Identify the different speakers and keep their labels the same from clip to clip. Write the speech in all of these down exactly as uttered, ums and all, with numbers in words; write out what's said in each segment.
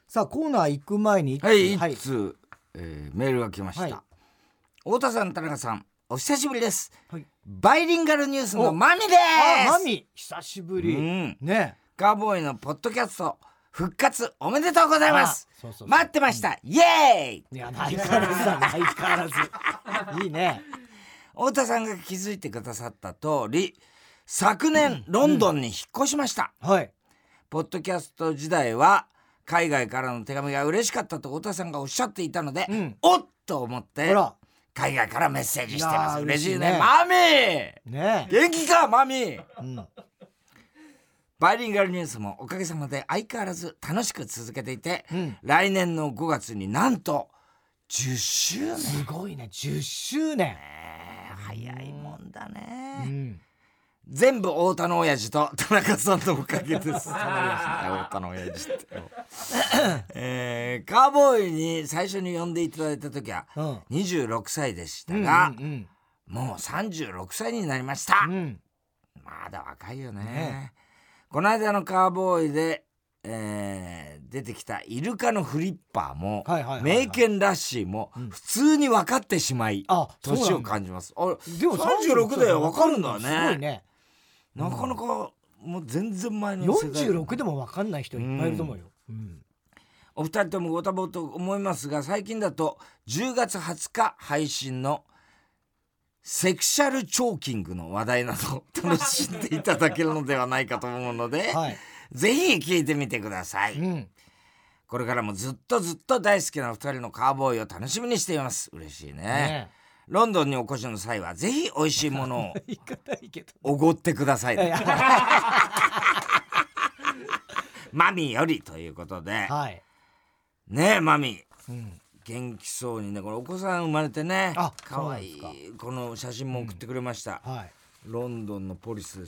Speaker 1: さあコーナー行く前に
Speaker 2: はい一通、はいえー、メールが来ました、はい、太田さん田中さんお久しぶりです、はい、バイリンガルニュースのマミです。
Speaker 1: あマミ久しぶり、うん、
Speaker 2: ねカーボーイのポッドキャスト復活おめでとうございます。そうそうそう待ってました、うん、イエーイ。
Speaker 1: いや相変わらずだね相変わらずいいね。
Speaker 2: 太田さんが気づいてくださった通り昨年、うん、ロンドンに引っ越しました、
Speaker 1: うんはい、
Speaker 2: ポッドキャスト時代は海外からの手紙が嬉しかったと太田さんがおっしゃっていたので、うん、おっと思って海外からメッセージしてます。嬉しいねマミー、ね、元気かマミー、うんバイリンガルニュースもおかげさまで相変わらず楽しく続けていて、うん、来年のごがつになんとじゅっしゅうねん。
Speaker 1: すごいねじゅっしゅうねん、
Speaker 2: えー、早いもんだね、うん、全部太田の親父と田中さんのおかげです太田の親父って、えー、カーボーイに最初に呼んでいただいた時はにじゅうろくさいでしたが、うんうんうん、もうさんじゅうろくさいになりました、うん、まだ若いよね、ねこの間のカーボーイで、えー、出てきたイルカのフリッパーも、はいはいはいはい、メイケンラッシーも普通に分かってしまい、うん、年を感じます。あでもさんじゅうろくで分かるんだね。すごいね。なかなか、うん、もう全然前の世代
Speaker 1: よんじゅうろくでも分かんない人いっぱいいると思うよ、うんうん、
Speaker 2: お二人ともご多忙と思いますが最近だとじゅうがつはつか配信のセクシャルチョーキングの話題など楽しんでいただけるのではないかと思うので、はい、ぜひ聞いてみてください、うん、これからもずっとずっと大好きなふたりのカーボーイを楽しみにしています。嬉しい ね, ねロンドンにお越しの際はぜひ美味しいものをおごってください、ね、マミよりということで、はい、ねえマミ、うん元気そうにねこれお子さん生まれてねかわいいこの写真も送ってくれました、うんはい、ロンドンのポリスです、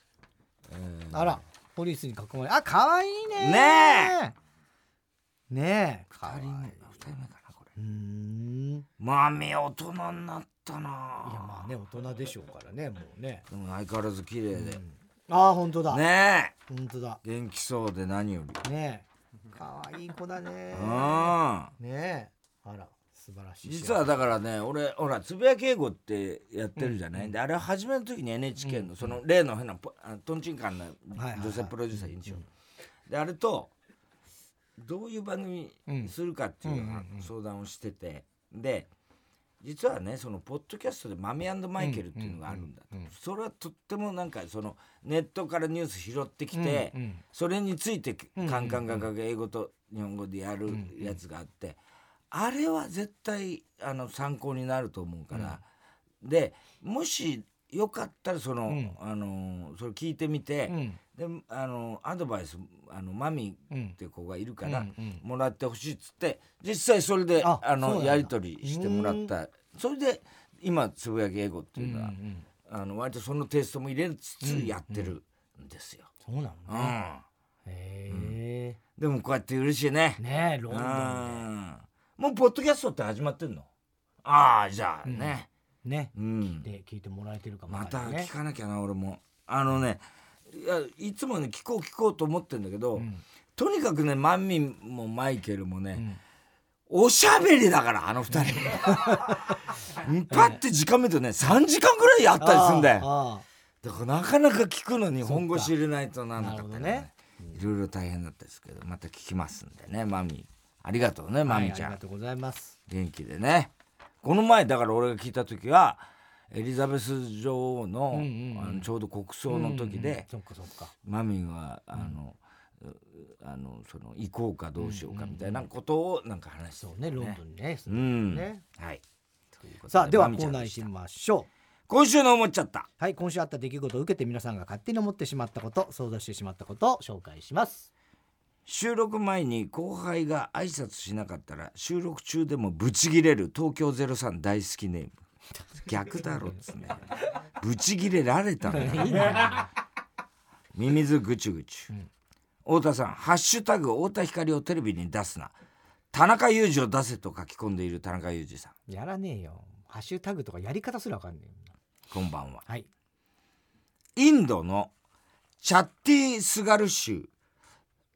Speaker 1: えー、あらポリスに囲まれあかわいいね
Speaker 2: ね
Speaker 1: えねえ
Speaker 2: ふたりめふたりめかなこれうーんマミ大人になったな。
Speaker 1: いやまあね大人でしょうからねもうね
Speaker 2: でも相変わらず綺麗で、うん、
Speaker 1: ああ本当だ
Speaker 2: ね
Speaker 1: え本当だ
Speaker 2: 元気そうで何より
Speaker 1: ねえかわいい子だね
Speaker 2: うん
Speaker 1: ねえあら素晴らしい。
Speaker 2: 実はだからね俺ほらつぶやき英語ってやってるじゃない、うん、であれ始める時に エヌエイチケー のその例の変なトンチンカンな女性プロデューサーいいんですよ、であれとどういう番組するかっていう相談をしてて、で実はねそのポッドキャストでマミ&マイケルっていうのがあるんだと、それはとってもなんかそのネットからニュース拾ってきて、うんうん、それについてカンカンカンカン英語と日本語でやるやつがあって、あれは絶対あの参考になると思うから、うん、でもしよかったらその、うん、あのそれ聞いてみて、うん、であのアドバイスあのマミって子がいるから、うん、もらってほしいっつって実際それでああのやり取りしてもらった。それで今つぶやき英語っていうのは、うんうん、あの割とそのテイストも入れつつやってるんですよ、
Speaker 1: うんうん、そうなのね、うん、へえ、
Speaker 2: うん、でもこうやって嬉しいね
Speaker 1: ねえロンドン
Speaker 2: でもうポッドキャストって始まってんの？ああじゃあね、
Speaker 1: うん、ね、うん、聞いて聞いてもらえてるかも、
Speaker 2: ね、また聞かなきゃな俺もあのねいやいつもね聞こう聞こうと思ってんだけど、うん、とにかくねマミもマイケルもね、うん、おしゃべりだからあの二人パッて時間見るとねさんじかんぐらいやったりするんだよ。だからなかなか聞くのに本腰入れないとなんなかったりね、いろいろ大変だったですけどまた聞きますんでねマミありがとうねマミちゃん、
Speaker 1: はい、ありがとうございます。
Speaker 2: 元気でね。この前だから俺が聞いた時はエリザベス女王 の,、うんうんうん、あのちょうど国葬の時で、
Speaker 1: うんうん、そっかそっか
Speaker 2: マミはあの、うん、あのその行こうかどうしようかみたいなことをなんか話して、ね、
Speaker 1: そうねロンドンにね、
Speaker 2: うん、ね、はい。
Speaker 1: さあではコーナー行きましょう。
Speaker 2: 今週の思っちゃった。
Speaker 1: はい、今週あった出来事を受けて皆さんが勝手に思ってしまったこと想像してしまったことを紹介します。
Speaker 2: 収録前に後輩が挨拶しなかったら収録中でもブチギレる東京ゼロさん大好きネーム逆だろっつねブチギレられたのよミミズぐちゅぐちゅ、うん、太田さんハッシュタグ太田光をテレビに出すな田中裕二を出せと書き込んでいる田中裕二さ
Speaker 1: んやらねえよハッシュタグとかやり方すらわかんねえよ。
Speaker 2: こんばんは、
Speaker 1: はい、
Speaker 2: インドのチャッティスガル州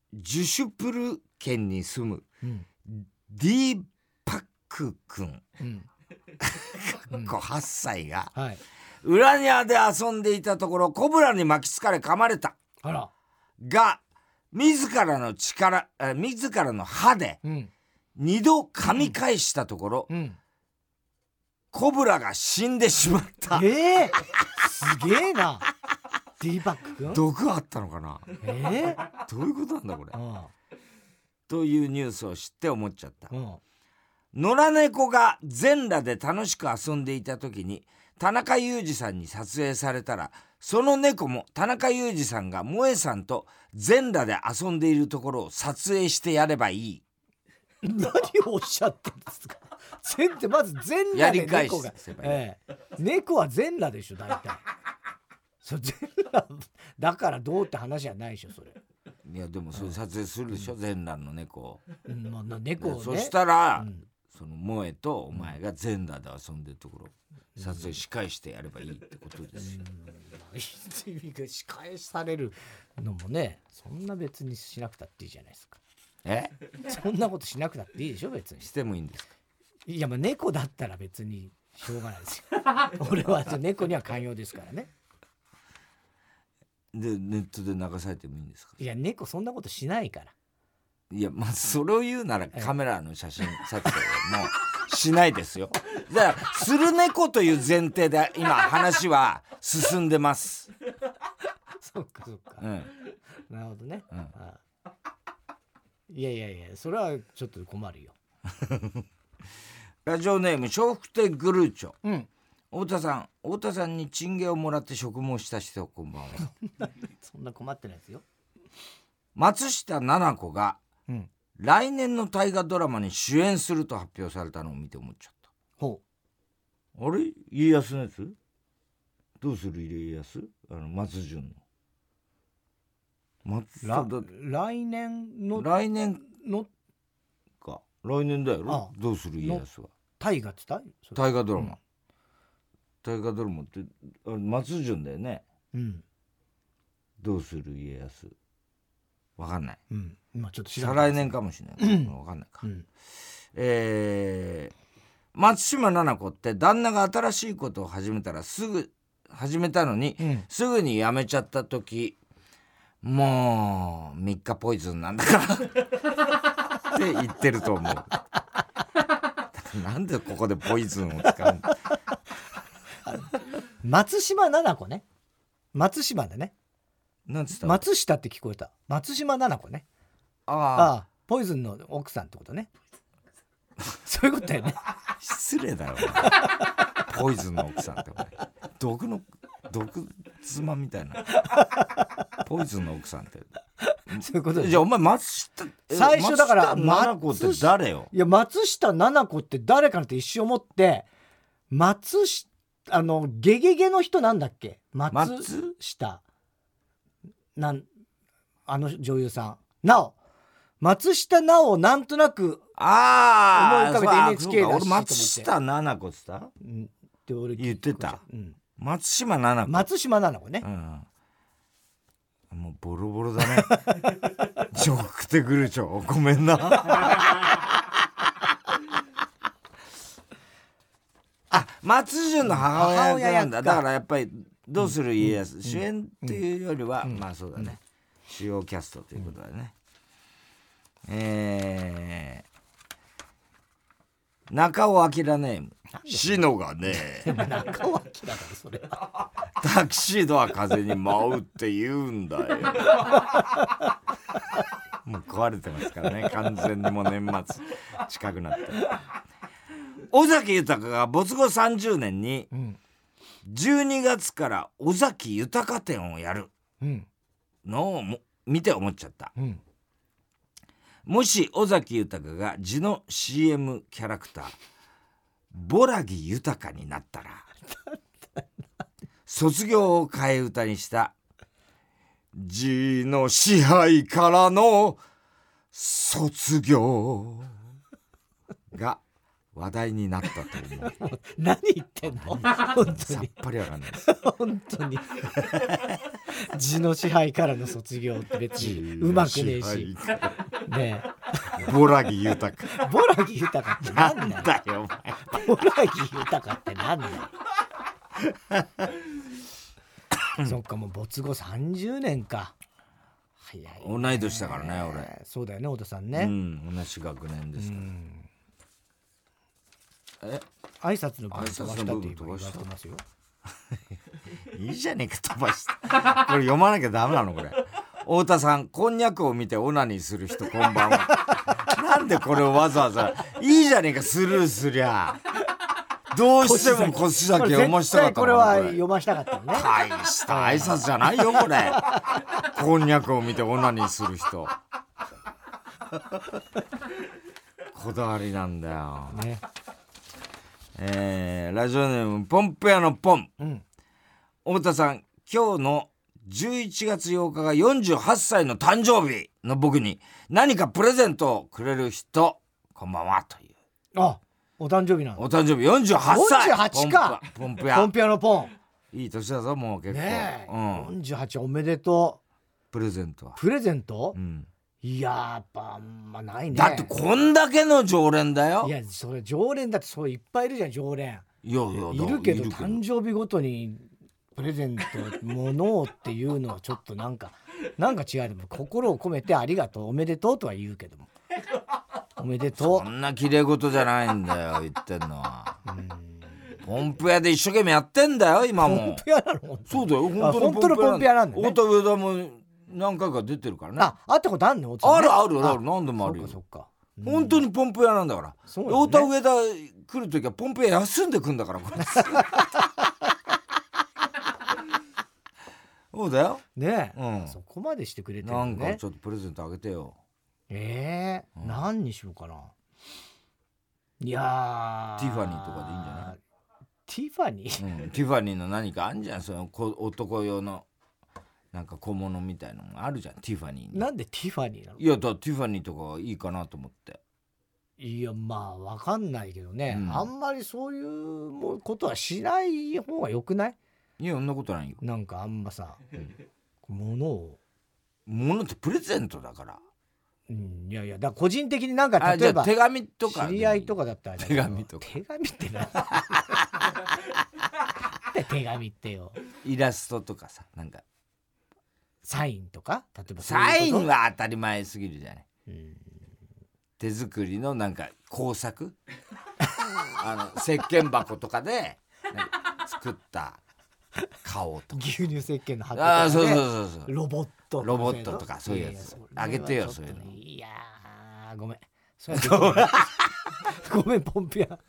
Speaker 2: ジュシュプル県に住む、うん、ディーパック君、うん、はっさいが、はい、裏庭で遊んでいたところコブラに巻きつかれ噛まれた。あらが自らの力自らの歯で二度噛み返したところ、うんうん、コブラが死んでしまった。
Speaker 1: えー、すげえな。ディーパック君
Speaker 2: 毒あったのかな。
Speaker 1: えー、
Speaker 2: どういうことなんだこれ。ああというニュースを知って思っちゃった。ああ野良猫が全裸で楽しく遊んでいた時に田中裕二さんに撮影されたら、その猫も田中裕二さんが萌さんと全裸で遊んでいるところを撮影してやればいい。
Speaker 1: 何をおっしゃってんですか。全ってまず全裸で猫が、ええ、猫は全裸でしょ大体。そ全裸だからどうって話じゃないでしょそれ。
Speaker 2: いやでもそれ撮影するでしょ、うん、全裸の猫を、
Speaker 1: うんまあ、猫をね。
Speaker 2: そしたら、うん、その萌とお前が全裸で遊んでるところを撮影仕返してやればいいってことですよ。
Speaker 1: うん、仕返されるのもね、そんな別にしなくたっていいじゃないですか。
Speaker 2: え
Speaker 1: そんなことしなくたっていいでしょ別に。
Speaker 2: してもいいんですか。
Speaker 1: いやまあ猫だったら別にしょうがないですよ。俺は猫には寛容ですからね。
Speaker 2: でネットで流されてもいいんですか。
Speaker 1: いや猫そんなことしないから。
Speaker 2: いやまあそれを言うならカメラの写真撮影もしないですよ。だからする猫という前提で今話は進んでます。
Speaker 1: そっかそっか、うん、なるほどね、うん、ああいやいやいやそれはちょっと困るよ。
Speaker 2: ラジオネーム笑福亭グルーチョ、うん、太田さん太田さんにチンゲをもらって植毛した人こんばんは。
Speaker 1: そんな困ってないですよ。
Speaker 2: 松下奈々子が、うん、来年の大河ドラマに主演すると発表されたのを見て思っちゃった。ほうあれ家康のやつどうする家康あの松潤の松
Speaker 1: ら来年の
Speaker 2: 来年
Speaker 1: の
Speaker 2: か来年だよろ。ああどうする家康は
Speaker 1: 大河って言った
Speaker 2: 大河ドラマ、うん、大河ドラマって松潤だよね、うん、どうする家康わかんない、うん、今ちょっと再来年かもしれない、うん、わかんないか、うん、えー、松島奈々子って旦那が新しいことを始めたらすぐ始めたのに、うん、すぐにやめちゃった時もうみっかポイズンなんだからって言ってると思う。なんでここでポイズンを使うの。
Speaker 1: 松島奈々子ね。松島でね。
Speaker 2: なんつった
Speaker 1: 松下って聞こえた。松島奈々子ね。
Speaker 2: あ
Speaker 1: ああポイズンの奥さんってことね。そういうことだよね。
Speaker 2: 失礼だよ。ポイズンの奥さんって毒の毒妻みたいな。ポイズンの奥さんって
Speaker 1: そういうこと。
Speaker 2: じゃあお前松下
Speaker 1: 最初だから
Speaker 2: 松下奈々子って誰よ。
Speaker 1: いや松下奈々子って誰かなって一瞬思って松下あのゲゲゲの人なんだっけ松下なんあの女優さんなお松下奈緒なんとなく
Speaker 2: あ
Speaker 1: 思い浮かべて エヌエイチケー だし
Speaker 2: 俺松下奈々子って言った、うん、って俺言ってた、うん、松島奈々子
Speaker 1: 松島奈々子ね、
Speaker 2: うん、もうボロボロだね。ジョークてくるちょごめんな。あ松潤の母親なんだ。だからやっぱりどうする家康、うん、主演っていうよりは、うん、まあそうだね、うん、主要キャストということだね、うん、えー、中尾明ネームシノがね
Speaker 1: 中尾明だからそれ
Speaker 2: タキシードは風に舞うって言うんだよ。もう壊れてますからね完全に。もう年末近くなって尾崎豊が没後さんじゅうねんにじゅうにがつから尾崎豊展をやるのをも見て思っちゃった、うん、もし尾崎豊が字の シーエム キャラクターボラギ豊になったら卒業を替え歌にした字の支配からの卒業が話題になったと思う。
Speaker 1: 何言ってんの本当に
Speaker 2: さっぱりわかんないです。
Speaker 1: 本当に字の支配からの卒業って別にうまくねえしね
Speaker 2: えボラギ豊
Speaker 1: かボラギ豊かってなんだよ。
Speaker 2: なんだよお前
Speaker 1: ボラギ豊かってなんだよそっかもう没後さんじゅうねんか。早いね。
Speaker 2: 同い年だからね俺。
Speaker 1: そうだよね太田さんね。
Speaker 2: うん同じ学年ですから。え
Speaker 1: 挨拶の部分飛ばしたって言われてますよ。
Speaker 2: いいじゃねえか飛ばしてこれ読まなきゃダメなのこれ。太田さんこんにゃくを見てオナニーする人こんばんはなんでこれをわざわざいいじゃねえかスルーすりゃどうしても腰崎読ましたかったの。
Speaker 1: これは読ましたかったね。
Speaker 2: 大した挨拶じゃないよこれこんにゃくを見てオナニーする人こだわりなんだよね。えー、ラジオネームポンプ屋のポン、うん、太田さん今日のじゅういちがつようかがよんじゅうはっさいの誕生日の僕に何かプレゼントをくれる人こんばんはという。
Speaker 1: あお誕生日なの。
Speaker 2: お誕生日よんじゅうはっさい。よんじゅうはちか。
Speaker 1: ポンプ屋ポンプ屋のポン
Speaker 2: いい年だぞもう結構、ね
Speaker 1: うん、よんじゅうはちおめでとう。
Speaker 2: プレゼントは
Speaker 1: プレゼント、うん、いややっぱあんまないね。
Speaker 2: だってこんだけの常連だよ。
Speaker 1: いやそれ常連だってそういっぱいいるじゃん常連。
Speaker 2: いやいや
Speaker 1: いるけど誕生日ごとにプレゼント物をっていうのはちょっとなんかなんか違う。でも心を込めてありがとうおめでとうとは言うけどもおめでとう
Speaker 2: そんな綺麗事じゃないんだよ言ってんのは。うんポンプ屋で一生懸命やってんだよ今も。
Speaker 1: ポンプ屋なの。
Speaker 2: そうだよ
Speaker 1: 本当のポンプ屋なんだよね。
Speaker 2: 太田上田も何回か出てるからね。
Speaker 1: あ会ったことあるの。
Speaker 2: あるあるある何度もあるよ。
Speaker 1: そっかそっか、
Speaker 2: うん、本当にポンプ屋なんだから。そうだね、太田上田来るときはポンプ屋休んでくんだからこれそうだよ
Speaker 1: ねえ、うん、そこまでしてくれてるね。
Speaker 2: なんかちょっとプレゼントあげてよ。
Speaker 1: えーうん、何にしようかな。いや
Speaker 2: ティファニーとかでいいんじゃない。
Speaker 1: ティファニ
Speaker 2: ー、うん、ティファニーの何かあんじゃんその男用のなんか小物みたいなのがあるじゃんティファニーに。
Speaker 1: なんでティファニーなの。
Speaker 2: いやだティファニーとかいいかなと思って。
Speaker 1: いやまあ分かんないけどね、うん、あんまりそういうことはしない方がよくない。
Speaker 2: いやそんなことないよ。
Speaker 1: なんかあんまさ、うん、物を
Speaker 2: 物ってプレゼントだから、
Speaker 1: うん、いやいやだから個人的になんか例えば
Speaker 2: 手紙とか
Speaker 1: 知り合いとかだったら
Speaker 2: 手紙とか
Speaker 1: 手紙って何手紙ってよ。
Speaker 2: イラストとかさなんか
Speaker 1: サインとか例えば
Speaker 2: サインは当たり前すぎるじゃない、うん、手作りのなんか工作あの石鹸箱とかで作った顔とか
Speaker 1: 牛乳石鹸の箱と
Speaker 2: か、ね、あそうそうそうそう
Speaker 1: ロボット
Speaker 2: ロボットとかそういうやつあげてよそういうの。
Speaker 1: いやーごめんそごめんポンピア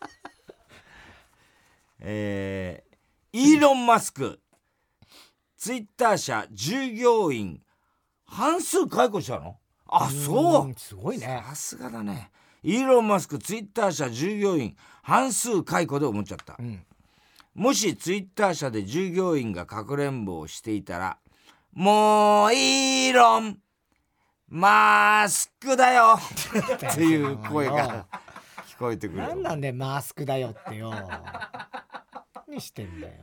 Speaker 2: えー、イーロン・マスクツイッター社従業員半数解雇したの。あそう
Speaker 1: すごいね。
Speaker 2: さすがだね。イーロン・マスクツイッター社従業員半数解雇で思っちゃった、うん、もしツイッター社で従業員がかくれんぼをしていたらもうイーロンマスクだよっていう声が聞こえてくる。
Speaker 1: なんなんでマスクだよってよ何してんだよ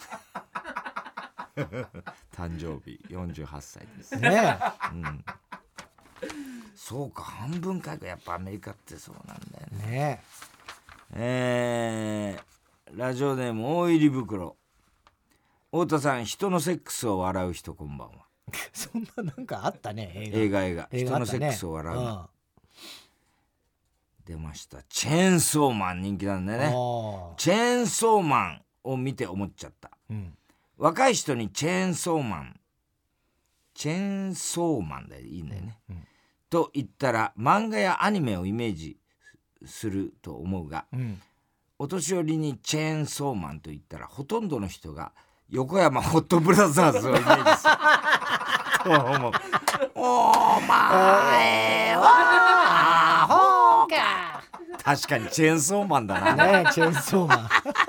Speaker 2: 誕生日よんじゅうはっさいです
Speaker 1: ね
Speaker 2: うん、そうか半分解雇やっぱアメリカってそうなんだよね。
Speaker 1: ね
Speaker 2: えー、ラジオネーム大入り袋。太田さん人のセックスを笑う人こんばんは
Speaker 1: そんななんかあったね
Speaker 2: 映画映画映画、人のセックスを笑う、うん、出ましたチェーンソーマン人気なんだよね。チェーンソーマンを見て思っちゃった、うん、若い人にチェーンソーマンチェーンソーマンでいいんだよね、うんうん、と言ったら漫画やアニメをイメージすると思うが、うん、お年寄りにチェーンソーマンと言ったらほとんどの人が横山ホットブラザーズをイメージすると思うお前はアホか。確かにチェーンソーマンだな
Speaker 1: ねチェーンソーマン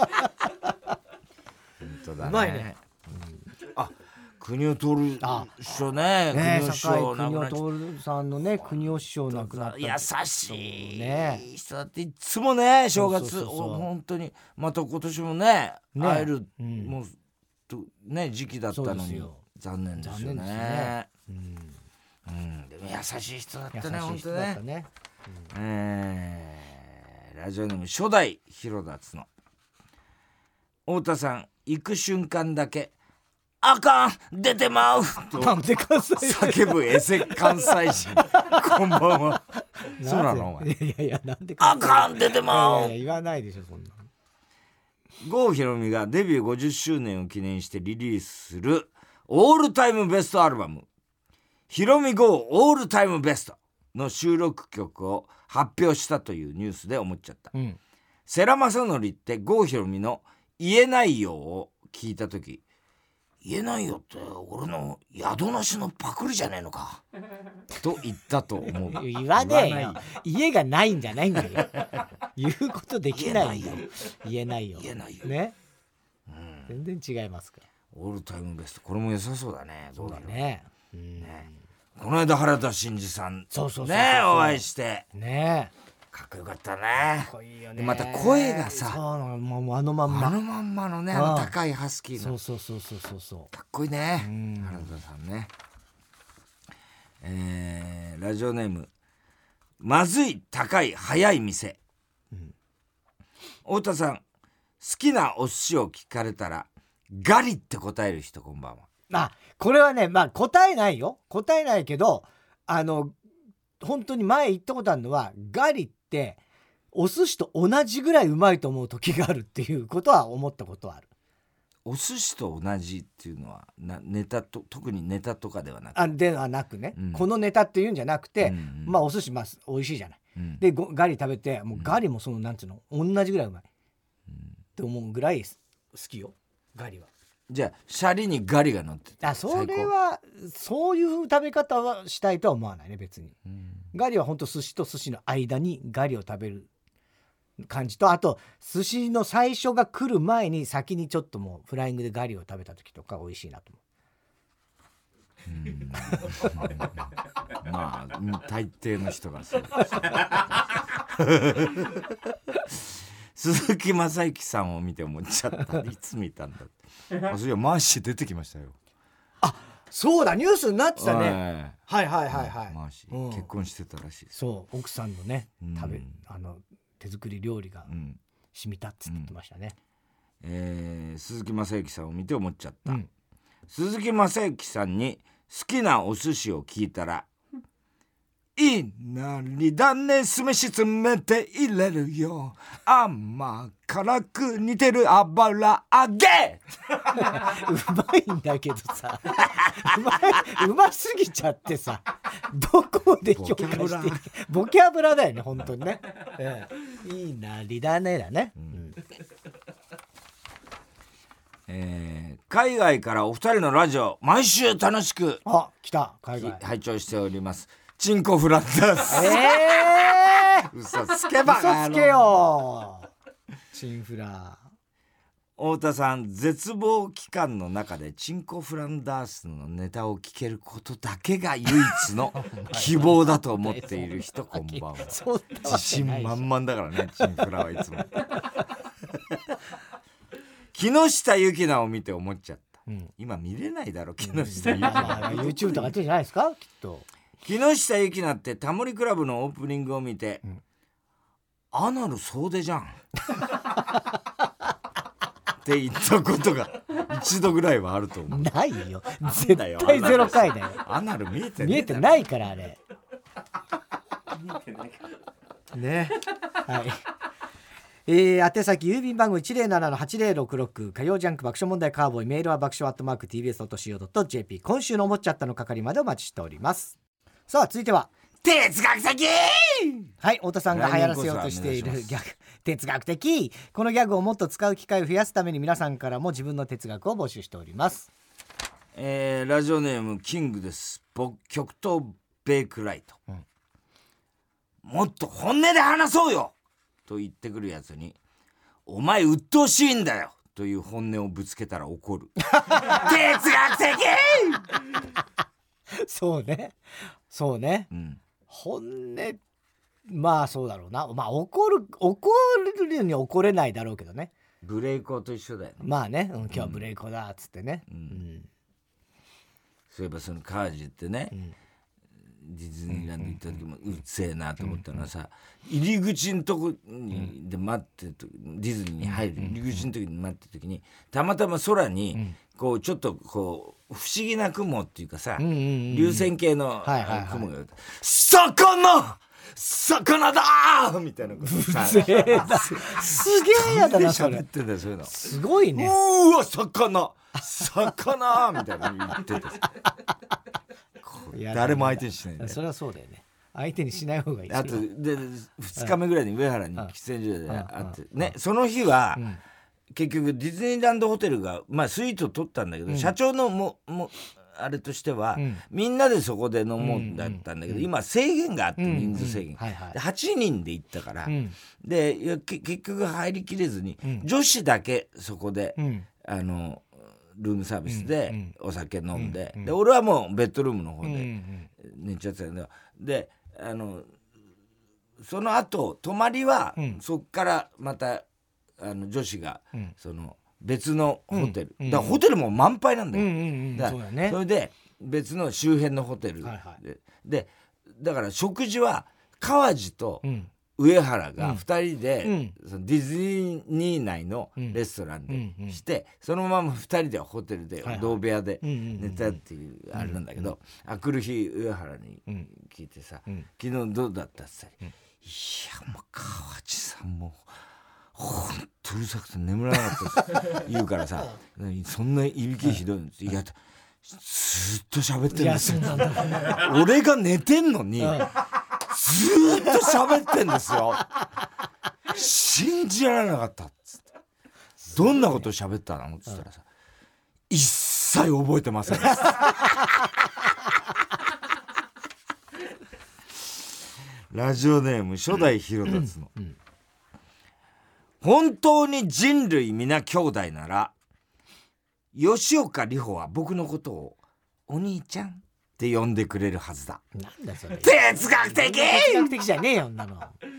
Speaker 2: 本当だね。
Speaker 1: うまいね、
Speaker 2: うん、あ国尾徹師匠ね
Speaker 1: ね
Speaker 2: 国尾師匠
Speaker 1: 国尾徹さんのね国尾師匠亡くなった。
Speaker 2: 優しい人だっていつもね正月そうそうそうそう本当にまた今年も ね, ね会える、うん、もうね時期だったのに残念ですよね。
Speaker 1: 残念ですね。
Speaker 2: うん、うん、でも優しい人だったね。
Speaker 1: 優しい人だったね。
Speaker 2: 本当ね、うん、えー、ラジオネーム初代広達の太田さん、行く瞬間だけあかん出てまうと
Speaker 1: なんで関西
Speaker 2: 叫ぶエセ関西人こんばんは。そうなのお前。
Speaker 1: いやいやいや、なんで
Speaker 2: あかん出てまう。
Speaker 1: いやいや言わないでしょそんな。
Speaker 2: 郷ひろみがデビューごじゅっしゅうねんを記念してリリースするオールタイムベストアルバムひろみ郷オールタイムベストの収録曲を発表したというニュースで思っちゃった、うん、世良公則って郷ひろみの言えないよを聞いた時、言えないよって俺の宿なしのパクリじゃねえのかと言ったと思う。
Speaker 1: 言わねえよ。家がないんじゃないんだよ。言うことできないよ。言えないよ。
Speaker 2: 言えないよ。
Speaker 1: ね、うん、全然違いますから。
Speaker 2: オールタイムベスト、これも良さそうだね。
Speaker 1: そうだね。
Speaker 2: うん、ね、この間原田真二さん
Speaker 1: そうそうそうそう
Speaker 2: ねお会いして
Speaker 1: ね、
Speaker 2: かっこよかったね。
Speaker 1: かっこいいよね。
Speaker 2: でまた声がさ、
Speaker 1: そうもうあのまんま
Speaker 2: あのまんまのね、あの高いハスキーの、
Speaker 1: そうそうそうそうそう
Speaker 2: かっこいいね、うん、原田さんね。えー、ラジオネームまずい高い早い店、うん、太田さん、好きなお寿司を聞かれたらガリって答える人、こんばんは。
Speaker 1: あ、これはね、まあ答えないよ、答えないけど、あの本当に前言ったことあるのは、ガリってお寿司と同じぐらいうまいと思う時があるっていうことは思ったことはある。
Speaker 2: お寿司と同じっていうのはなネタと、特にネタとかではなく、
Speaker 1: あではなくね、うん、このネタっていうんじゃなくて、うんうん、まあお寿司まあ美味しいじゃない、うん、でガリ食べて、もうガリもそのなんつうの、同じぐらいうまい、うん、って思うぐらい好きよガリは。
Speaker 2: じゃあシャリにガリが乗ってて、
Speaker 1: あ、それはそういう食べ方はしたいとは思わないね別に、うん、ガリは本当寿司と寿司の間にガリを食べる感じと、あと寿司の最初が来る前に先にちょっともうフライングでガリを食べた時とか美味しいなと思う。うん
Speaker 2: まあ大抵の人がそう鈴木雅之さんを見て思っちゃった。いつ見たんだって。あ、そういやマーシー出てきましたよ。
Speaker 1: あ、そうだニュースになってたね。はいはいはいはい。
Speaker 2: マーシー、うん、結婚してたらしいです。
Speaker 1: そう奥さんのね、うん、食べあの手作り料理が染みたって言ってましたね、
Speaker 2: うんうん、えー、鈴木雅之さんを見て思っちゃった、うん、鈴木雅之さんに好きなお寿司を聞いたら、いいなりだね酢飯詰めて入れるよ、甘辛く煮てる油揚げ
Speaker 1: うまいんだけどさうまい、うますぎちゃってさ、どこで評価してボキャブラだよね本当にね、ええ、いいなりだねだね、うん
Speaker 2: えー、海外からお二人のラジオ毎週楽しく
Speaker 1: あ来た海外
Speaker 2: 拝聴しております。チンコフランダース。
Speaker 1: えー、
Speaker 2: 嘘つけば
Speaker 1: 嘘つけよチンフラ。
Speaker 2: 太田さん、絶望期間の中でチンコフランダースのネタを聞けることだけが唯一の希望だと思っている人こんばんは。自信満々だからねチンフラはいつも木下ゆきなを見て思っちゃった、うん、今見れないだろ木下ゆきな、うん、
Speaker 1: YouTube とかやってるんじゃないですかきっと。
Speaker 2: 木下ゆきなってタモリクラブのオープニングを見て、うん、アナル総出じゃんって言ったことが一度ぐらいはあると思う。
Speaker 1: ないよ絶対ゼロ回だよ。
Speaker 2: アナル見えて
Speaker 1: 見えてないからあれ見えてないからね。はいえー、宛先郵便番号 いちゼロななのはちゼロろくろく 火曜ジャンク爆笑問題カーボーイ、メールは爆笑アットマーク ティービーエスドットシーオードットジェーピー。 今週の思っちゃったの係までお待ちしております。さあ続いては
Speaker 2: 哲学的。
Speaker 1: はい、太田さんが流行らせようとしているギャグ哲学的。このギャグをもっと使う機会を増やすために皆さんからも自分の哲学を募集しております。
Speaker 2: えー、ラジオネームキングです。極東ベイクライト、うん、もっと本音で話そうよと言ってくるやつに、お前鬱陶しいんだよという本音をぶつけたら怒る哲学的
Speaker 1: そうねそうね、うん、本音まあそうだろうな。まあ怒る怒るに怒れないだろうけどね。
Speaker 2: ブレイコーと一緒だよね。
Speaker 1: まあね、うん、今日はブレイコーだっつってね、うんうん、
Speaker 2: そういえばその川地ってね、うん、ディズニーランド行った時もうっせえなと思ったのはさ、入り口のとこにで待ってる時、ディズニーに入る入り口の時に待ってる時にたまたま空にこうちょっとこう不思議な雲っていうかさ、流線形の雲が魚魚だーみたいなことさ
Speaker 1: すげえやだなそれ。
Speaker 2: 喋ってんだよそういうの。
Speaker 1: すごいね。
Speaker 2: うーわ魚魚みたいなの言ってて誰も相手にしないんだよ。
Speaker 1: それはそうだよね。相手にしない方がいい。
Speaker 2: あとでふつかめぐらいに上原に喫煙所で会ってね、その日は、うん、結局ディズニーランドホテルがまあスイートを取ったんだけど、うん、社長のももあれとしては、うん、みんなでそこで飲もうだったんだけど、うん、今制限があって、うん、人数制限、うんはいはい、ではちにんで行ったから、うん、で結局入りきれずに、うん、女子だけそこで、うん、あのルームサービスでお酒飲んで、うんうん、で俺はもうベッドルームの方で寝ちゃってたんだよ。であのその後泊まりは、うん、そっからまたあの女子が、うん、その別のホテル、うん、だからホテルも満杯なんだよ、うんうんうん、だから そ, ね、それで別の周辺のホテルで、はいはい、でだから食事は川地と上原がふたりで、うん、そのディズニー内のレストランでして、うんうん、そのままふたりでホテルで同部屋で寝たっていうあれなんだけど、あくる日上原に聞いてさ、うん、昨日どうだったって言ったら、うん、いやもう川地さんもほんとうるさくて眠らなかったって言うからさそんないびきひどいんです、いやずっと喋ってるんですよ俺が寝てんのにずっと喋ってんですよ信じられなかったっつって、どんなこと喋ったのって言ったらさ、一切覚えてませんラジオネーム初代広達の、うんうん、本当に人類皆兄弟なら吉岡里帆は僕のことをお兄ちゃんって呼んでくれるはずだ。
Speaker 1: なんだそれ、
Speaker 2: 哲学的
Speaker 1: 哲学的じゃねえよんなの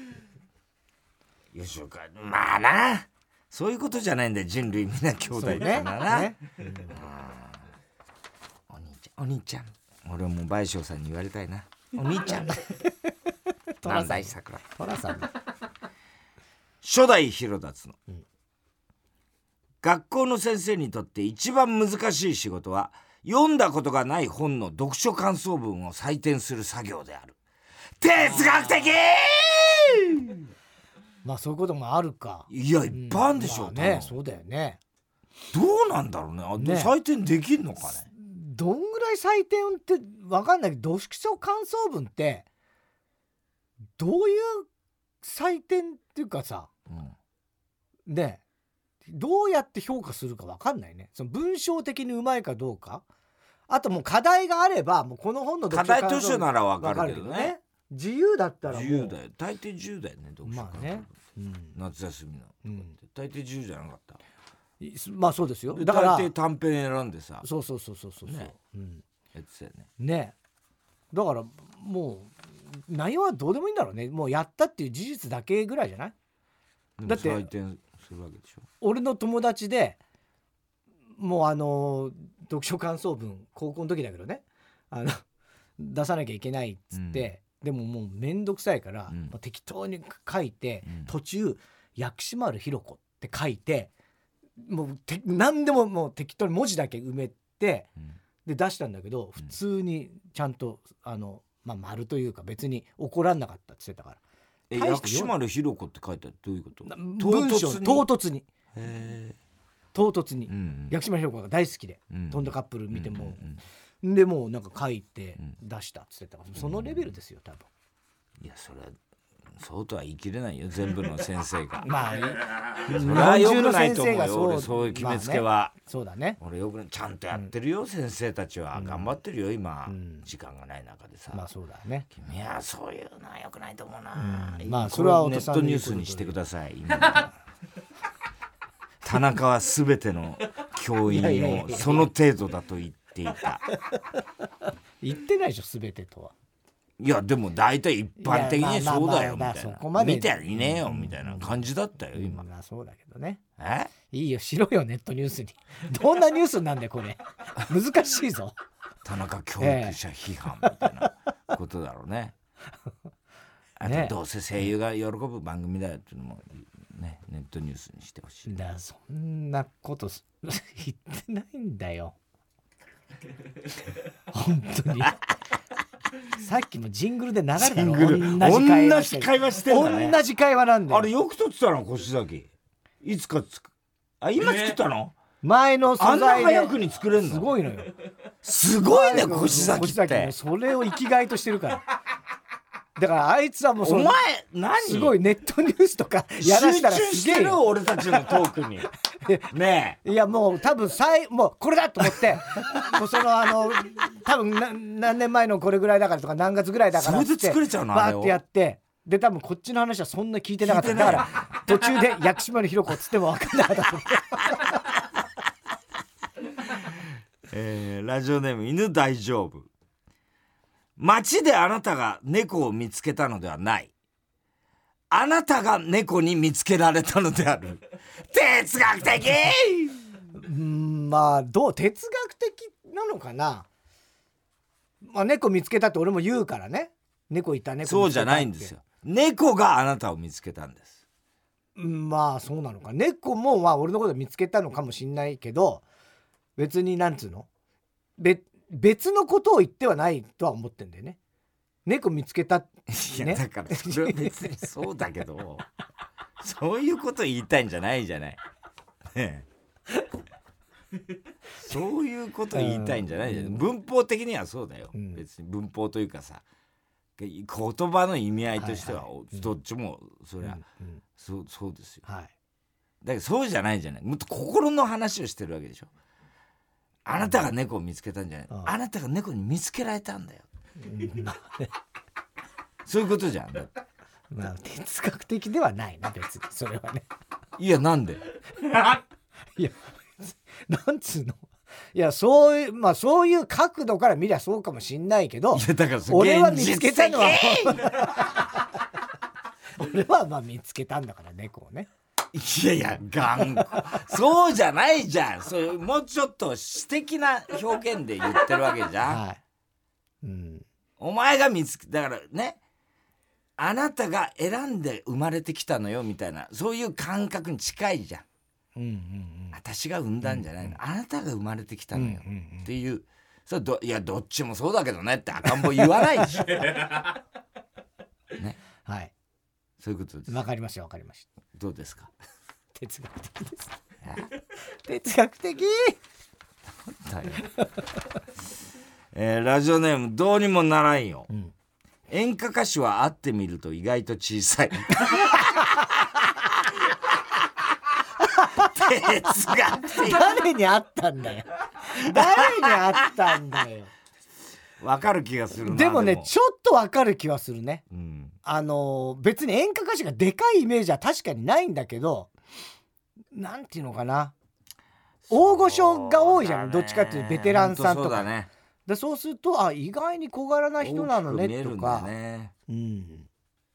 Speaker 2: 吉岡、まあなそういうことじゃないんだよ、人類皆兄弟だからな、ねねうん、お兄ちゃんお兄ちゃん俺はもう倍賞さんに言われたいなお兄ちゃんなんだい桜
Speaker 1: トラさん
Speaker 2: 初代広達の、うん、学校の先生にとって一番難しい仕事は読んだことがない本の読書感想文を採点する作業である。哲学的
Speaker 1: まあそういうこともあるか。
Speaker 2: いやいっぱいあるんでしょう、
Speaker 1: うんまあね、そうだよね。
Speaker 2: どうなんだろう ね, ね採点できるのかね。
Speaker 1: どんぐらい採点って分かんないけど、読書感想文ってどういう採点っていうかさ、うん、でどうやって評価するか分かんないね。その文章的にうまいかどうか、あともう課題があればもうこの本の
Speaker 2: 読書感想文課題図書なら分かるけど ね, ね
Speaker 1: 自由だったらもう
Speaker 2: 自由だよ、大抵自由だよね読書感想文、まあねうん、夏休みの、うん、大抵自由じゃなかった。
Speaker 1: まあそうですよ。だから
Speaker 2: 大抵短編選んでさ、
Speaker 1: そうそうそうそうそう、
Speaker 2: ねうん、やってたよね。
Speaker 1: ねだからもう内容はどうでもいいんだろうね。もうやったっていう事実だけぐらいじゃない。
Speaker 2: だって採点するわけでしょ。
Speaker 1: 俺の友達でもうあの読書感想文高校の時だけどね、あの出さなきゃいけないっつって、うん、でももうめんどくさいから、うん、適当に書いて、うん、途中薬師丸ひろ子って書いてもうて何でももう適当に文字だけ埋めて、うん、で出したんだけど、普通にちゃんとあの、まあ、丸というか別に怒らんなかったって言ってたから。
Speaker 2: え薬師丸ひろ子って書いてあるどういうこと？
Speaker 1: 文章唐突に
Speaker 2: へ
Speaker 1: 唐突に、
Speaker 2: うんうん、
Speaker 1: 薬師丸ひろ子が大好きで、うん、飛んだカップル見ても、うんうん、でもうなんか書いて出したって言ってたから、うん、そのレベルですよ多分。
Speaker 2: いやそれはそうとは言い切れないよ全部の先生が
Speaker 1: まあ
Speaker 2: それはよくないと思うよ。俺そういう決めつけは、まあね、
Speaker 1: そうだね。
Speaker 2: 俺よくちゃんとやってるよ、うん、先生たちは頑張ってるよ今、うん、時間がない中でさ。
Speaker 1: まあそうだね。
Speaker 2: 君はそういうのはよくないと思うな、うん、
Speaker 1: まあそれは
Speaker 2: ネットニュースにしてください今田中は全ての教員をその程度だと言っていた
Speaker 1: 言ってないでしょ全てとは。
Speaker 2: いやでも大体一般的にそうだよみたいな、見ていねえよみたいな感じだったよ今。
Speaker 1: まあそうだけどね。
Speaker 2: え
Speaker 1: いいよしろよネットニュースにどんなニュースなんだよこれ難しいぞ
Speaker 2: 田中教育者批判みたいなことだろうね。あとどうせ声優が喜ぶ番組だよっていうのも、ね、ネットニュースにしてほしい。
Speaker 1: だそんなこと言ってないんだよ本当にさっきのジングルで流れたの
Speaker 2: 同じ会話してるんだね。
Speaker 1: 同じ会話なんだよ。
Speaker 2: あれよく撮ってたの越崎。いつかつくあ今作ったの、
Speaker 1: えー、前の素材で
Speaker 2: あんな早くに作れるの
Speaker 1: すごいのよ。
Speaker 2: すごいね越崎って。
Speaker 1: それを生きがいとしてるからだからあいつはもうそ
Speaker 2: お前何
Speaker 1: すごいネットニュースとかやらしたらすげえ
Speaker 2: 集中してる俺たちのトークにね
Speaker 1: えいやもう多分最もうこれだと思ってもうそのあの多分な何年前のこれぐらいだからとか何月ぐらいだからって
Speaker 2: それで作れちゃうの
Speaker 1: バーってやってで多分こっちの話はそんな聞いてなかっただから途中で薬師丸ひろ子っつっても分かんなかった
Speaker 2: えー、ラジオネーム犬大丈夫。街であなたが猫を見つけたのではない。あなたが猫に見つけられたのである。哲学的
Speaker 1: うんまあどう哲学的なのかな、まあ、猫見つけたって俺も言うからね。猫いた猫見つけたって。
Speaker 2: そうじゃないんですよ。猫があなたを見つけたんです。
Speaker 1: まあそうなのか。猫もまあ俺のこと見つけたのかもしんないけど別になんつうの別別のことを言ってはないとは思ってんだよね。猫見つけたって、ね、
Speaker 2: いやだからそれは別にそうだけどそういうこと言いたいんじゃないじゃない、ね、そういうこと言いたいんじゃないじゃない、うん、文法的にはそうだよ、うん、別に文法というかさ言葉の意味合いとしてはどっちもそりゃ、うんうん、そう、そうですよ、はい、だけどそうじゃないじゃない。もっと心の話をしてるわけでしょ。あなたが猫を見つけたんじゃない、うん、あなたが猫に見つけられたんだよ、うん、そういうことじゃん。だって
Speaker 1: まあ哲学的ではないな別にそれはね。
Speaker 2: いやなんで
Speaker 1: いやなんつうのいやそういうまあそういう角度から見りゃそうかもしんないけど、いやだから俺は見つけたのは俺はまあ見つけたんだから猫をね。
Speaker 2: いやいや頑固そうじゃないじゃん。そういうもうちょっと詩的な表現で言ってるわけじゃん、はい、うん、お前が見つけだからねあなたが選んで生まれてきたのよみたいなそういう感覚に近いじゃん、うんうんうん、私が産んだんじゃないの、うんうん、あなたが生まれてきたのよ、うんうんうん、っていうそれどいやどっちもそうだけどねって赤ん坊言わないでしょね、はいそういうことです。
Speaker 1: わかりましたわかりました。
Speaker 2: どうですか。
Speaker 1: 哲学的です。哲学的。
Speaker 2: えー、ラジオネームどうにもならんよ、うん、演歌歌手は会ってみると意外と小さい。哲学的。
Speaker 1: 誰に会ったんだよ。誰に会ったんだよ。
Speaker 2: わかる気がするな。
Speaker 1: でもねちょっとわかる気はするね、うん、あの別に演歌歌手がでかいイメージは確かにないんだけどなんていうのかな大御所が多いじゃん、どっちかっていうとベテランさんとかそうだね。でそうするとあ意外に小柄な人なのねとか、ね、うん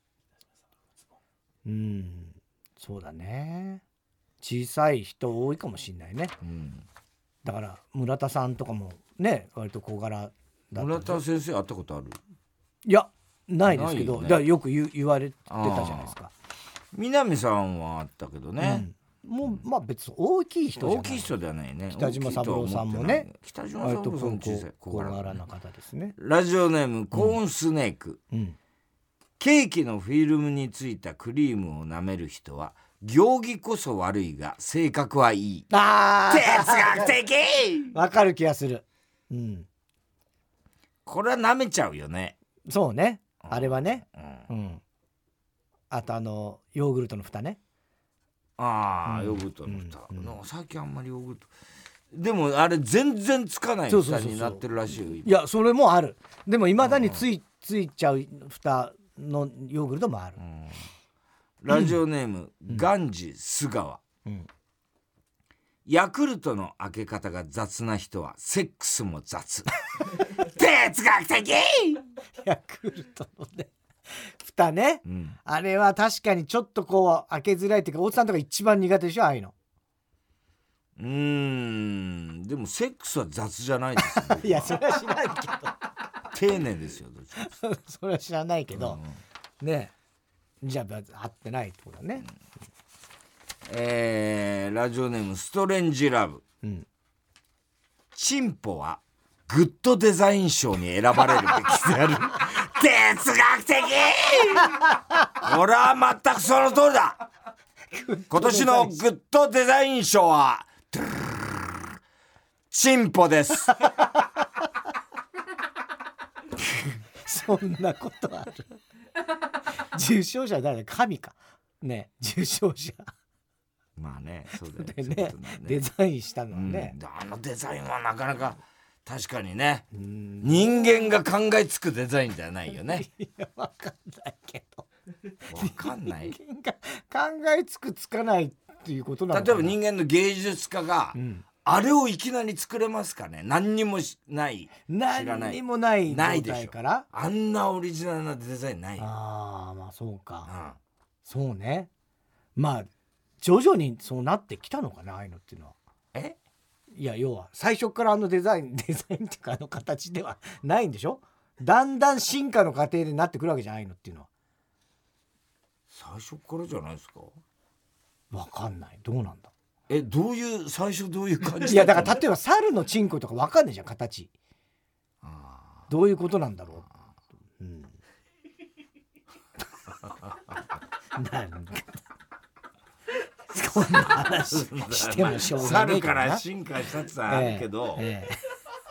Speaker 1: うんそうだね小さい人多いかもしんないね、うん、だから村田さんとかもね割と小柄
Speaker 2: 村田先生会ったことある？
Speaker 1: いやないですけど、よね、だからよく 言, 言われてたじゃないですか。
Speaker 2: 南さんはあったけどね、
Speaker 1: うん、もうまあ別に大きい人じゃない
Speaker 2: 大きい人ではないね。
Speaker 1: 北島三郎さんもね
Speaker 2: 北島三郎さんも小さい
Speaker 1: 小柄な方ですね。
Speaker 2: ラジオネームコーンスネーク、うんうん、ケーキのフィルムについたクリームを舐める人は行儀こそ悪いが性格はいい。あ哲学的。
Speaker 1: わかる気がする、うん、
Speaker 2: これは舐めちゃうよね。
Speaker 1: そうねあれはね、うんうん、あとあのヨーグルトの蓋ね。
Speaker 2: ああ、うん、ヨーグルトの蓋、うん、最近あんまりヨーグルトでもあれ全然つかない蓋になってるらしいよ。
Speaker 1: いやそれもある。でもいまだにつ い,、うん、ついちゃう蓋のヨーグルトもある、うん、
Speaker 2: ラジオネーム、うん、ガンジス川、うん、ヤクルトの開け方が雑な人はセックスも雑。哲学的。
Speaker 1: ヤクルトのね蓋ね、うん、あれは確かにちょっとこう開けづらいっていうか大津さんとか一番苦手でしょああいうの。
Speaker 2: うーんでもセックスは雑じゃないですよ
Speaker 1: いやそれは知らないけど
Speaker 2: 丁寧ですよどっちか
Speaker 1: それは知らないけど、うん、ねじゃあ合ってないってことだね、うん、
Speaker 2: えー、ラジオネームストレンジラブ、うん、チンポはグッドデザイン賞に選ばれるべきである哲学的俺は全くその通りだ今年のグッドデザイン賞はチンポです
Speaker 1: そんなことある受賞者は誰だ神かね受賞者
Speaker 2: まあねそうだよ
Speaker 1: で ね, ねデザインしたのはね、
Speaker 2: うん、あのデザインはなかなか確かにね人間が考えつくデザインではないよね
Speaker 1: いやわかんないけど
Speaker 2: わかんない
Speaker 1: 人間が考えつくつかないっていうことなのかな。
Speaker 2: 例えば人間の芸術家が、うん、あれをいきなり作れますかね。何にもない
Speaker 1: 知らない何にもない状態から
Speaker 2: あんなオリジナルなデザインない。
Speaker 1: ああまあそうか、うん、そうねまあ徐々にそうなってきたのかなああいうのっていうのは。
Speaker 2: え
Speaker 1: いや要は最初からあのデザインデザインっていうかあの形ではないんでしょ。だんだん進化の過程でなってくるわけじゃないのっていうのは。
Speaker 2: 最初からじゃないですか。
Speaker 1: わかんないどうなんだ。
Speaker 2: えどういう最初どういう感じ。
Speaker 1: いやだから例えば猿のチンコとかわかんないじゃん形。あどういうことなんだろう。うん。なんかそんな話してもしょうがない
Speaker 2: からな。猿から進化したってあるけど、ええええ、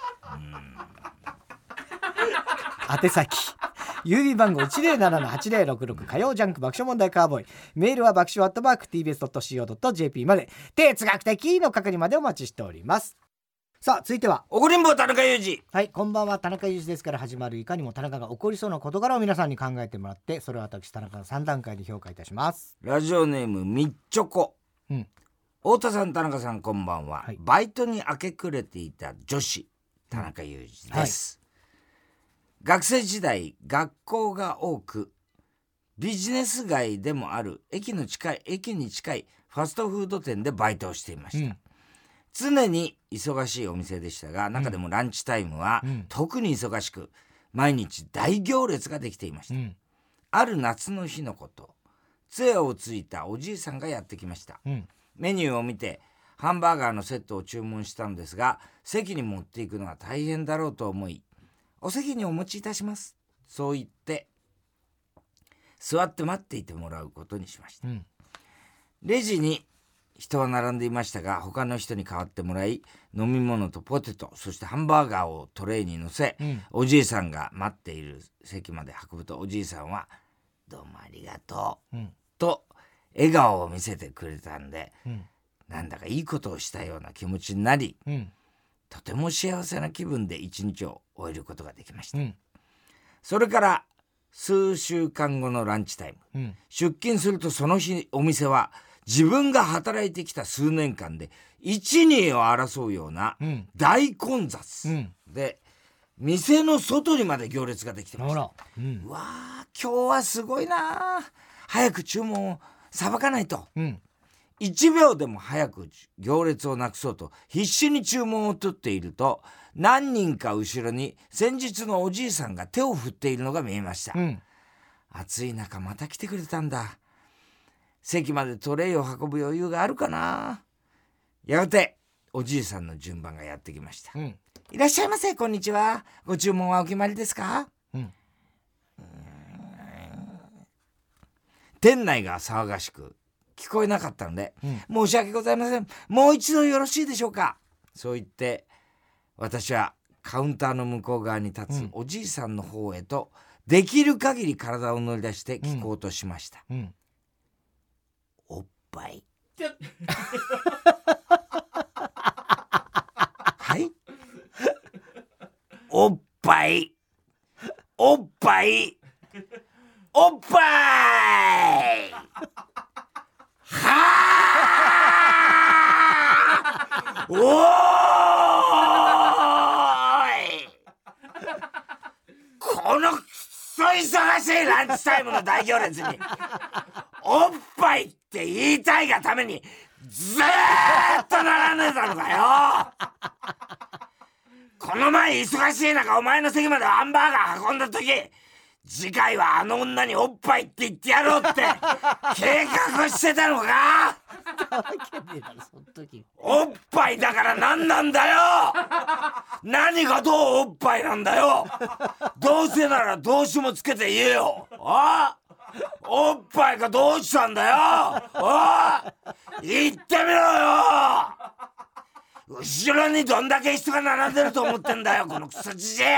Speaker 1: うん宛先郵便番号 いちゼロななのはちゼロろくろく 火曜ジャンク爆笑問題カーボーイ。メールは爆笑アットマーク ティービーエスドットシーオードットジェーピー まで。哲学的の係までお待ちしております。さあ続いては
Speaker 2: 怒りんぼ田中裕二。
Speaker 1: はいこんばんは田中裕二ですから始まるいかにも田中が起こりそうな事柄を皆さんに考えてもらってそれを私田中がさん段階で評価いたします。
Speaker 2: ラジオネームみっちょこ、うん、太田さん田中さんこんばんは、はい、バイトに明け暮れていた女子田中裕二です、うんはい、学生時代学校が多くビジネス街でもある駅の近い駅に近いファストフード店でバイトをしていました、うん、常に忙しいお店でしたが中でもランチタイムは特に忙しく毎日大行列ができていました、うん、ある夏の日のこと杖をついたおじいさんがやってきました、うん、メニューを見てハンバーガーのセットを注文したのですが席に持っていくのは大変だろうと思いお席にお持ちいたしますそう言って座って待っていてもらうことにしました、うん、レジに人は並んでいましたが他の人に代わってもらい飲み物とポテトそしてハンバーガーをトレイに乗せ、うん、おじいさんが待っている席まで運ぶとおじいさんはどうもありがとう、うん、と笑顔を見せてくれたんで、うん、なんだかいいことをしたような気持ちになり、うん、とても幸せな気分で一日を終えることができました、うん、それから数週間後のランチタイム、うん、出勤するとその日お店は自分が働いてきた数年間で一二を争うような大混雑、うん、で店の外にまで行列ができてました、うん、うわー今日はすごいな早く注文をさばかないと、うん、いちびょうでも早く行列をなくそうと必死に注文を取っていると何人か後ろに先日のおじいさんが手を振っているのが見えました、うん、暑い中また来てくれたんだ席までトレイを運ぶ余裕があるかな。やがておじいさんの順番がやってきました、うん、いらっしゃいませこんにちはご注文はお決まりですか、うん、うーん店内が騒がしく聞こえなかったので、うん、申し訳ございませんもう一度よろしいでしょうか。そう言って私はカウンターの向こう側に立つおじいさんの方へとできる限り体を乗り出して聞こうとしました、うんうんおっぱいはいおっぱいおっぱいおっぱいはあおーいこのくそ忙しいランチタイムの大行列におっぱいって言いたいがためにずーっと並んでたのかよこの前忙しい中お前の席までハンバーガー運んだ時、次回はあの女におっぱいって言ってやろうって計画してたのか。おっぱいだから何なんだよ。何がどうおっぱいなんだよ。どうせならどうしもつけて言えよ。あおっぱいがどうしたんだよ。お言ってみろよ。後ろにどんだけ人が並んでると思ってんだよ、このクソじじい。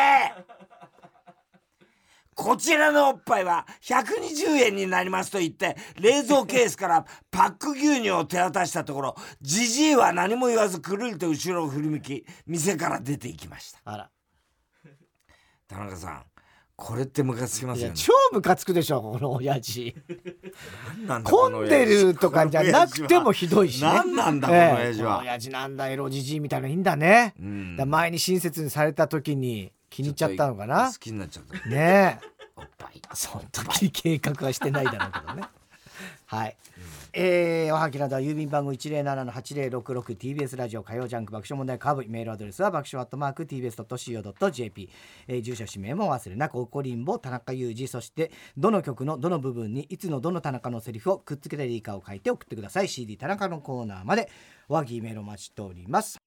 Speaker 2: こちらのおっぱいはひゃくにじゅうえんになりますと言って冷蔵ケースからパック牛乳を手渡したところ、じじいは何も言わずくるりと後ろを振り向き店から出て行きました。
Speaker 1: あら、
Speaker 2: 田中さん、これってムカつきますよね。
Speaker 1: いや超ムカつくでしょこの親父。
Speaker 2: なんなんだ
Speaker 1: 混んでるとかじゃなくてもひどいしね。
Speaker 2: なんなんだこの親父は、えー、この
Speaker 1: 親父なんだエロじじいみたいないいんだね、うん、だ前に親切にされた時に気に入っちゃったのかな。
Speaker 2: 好きになっちゃった
Speaker 1: ねえ
Speaker 2: おっぱい。
Speaker 1: その時に計画はしてないだろうけどねはい、うん、えー、おはぎなどは郵便番号 いちゼロななのはちゼロろくろく ティービーエス ラジオ火曜ジャンク爆笑問題カーブイ、メールアドレスは爆笑アットマーク ティービーエスドットシーオードットジェーピー、えー、住所氏名も忘れなく。おこりんぼ田中裕二、そしてどの曲のどの部分にいつのどの田中のセリフをくっつけたらいいかを書いて送ってください。 シーディー 田中のコーナーまでおはぎメールお待ちしております。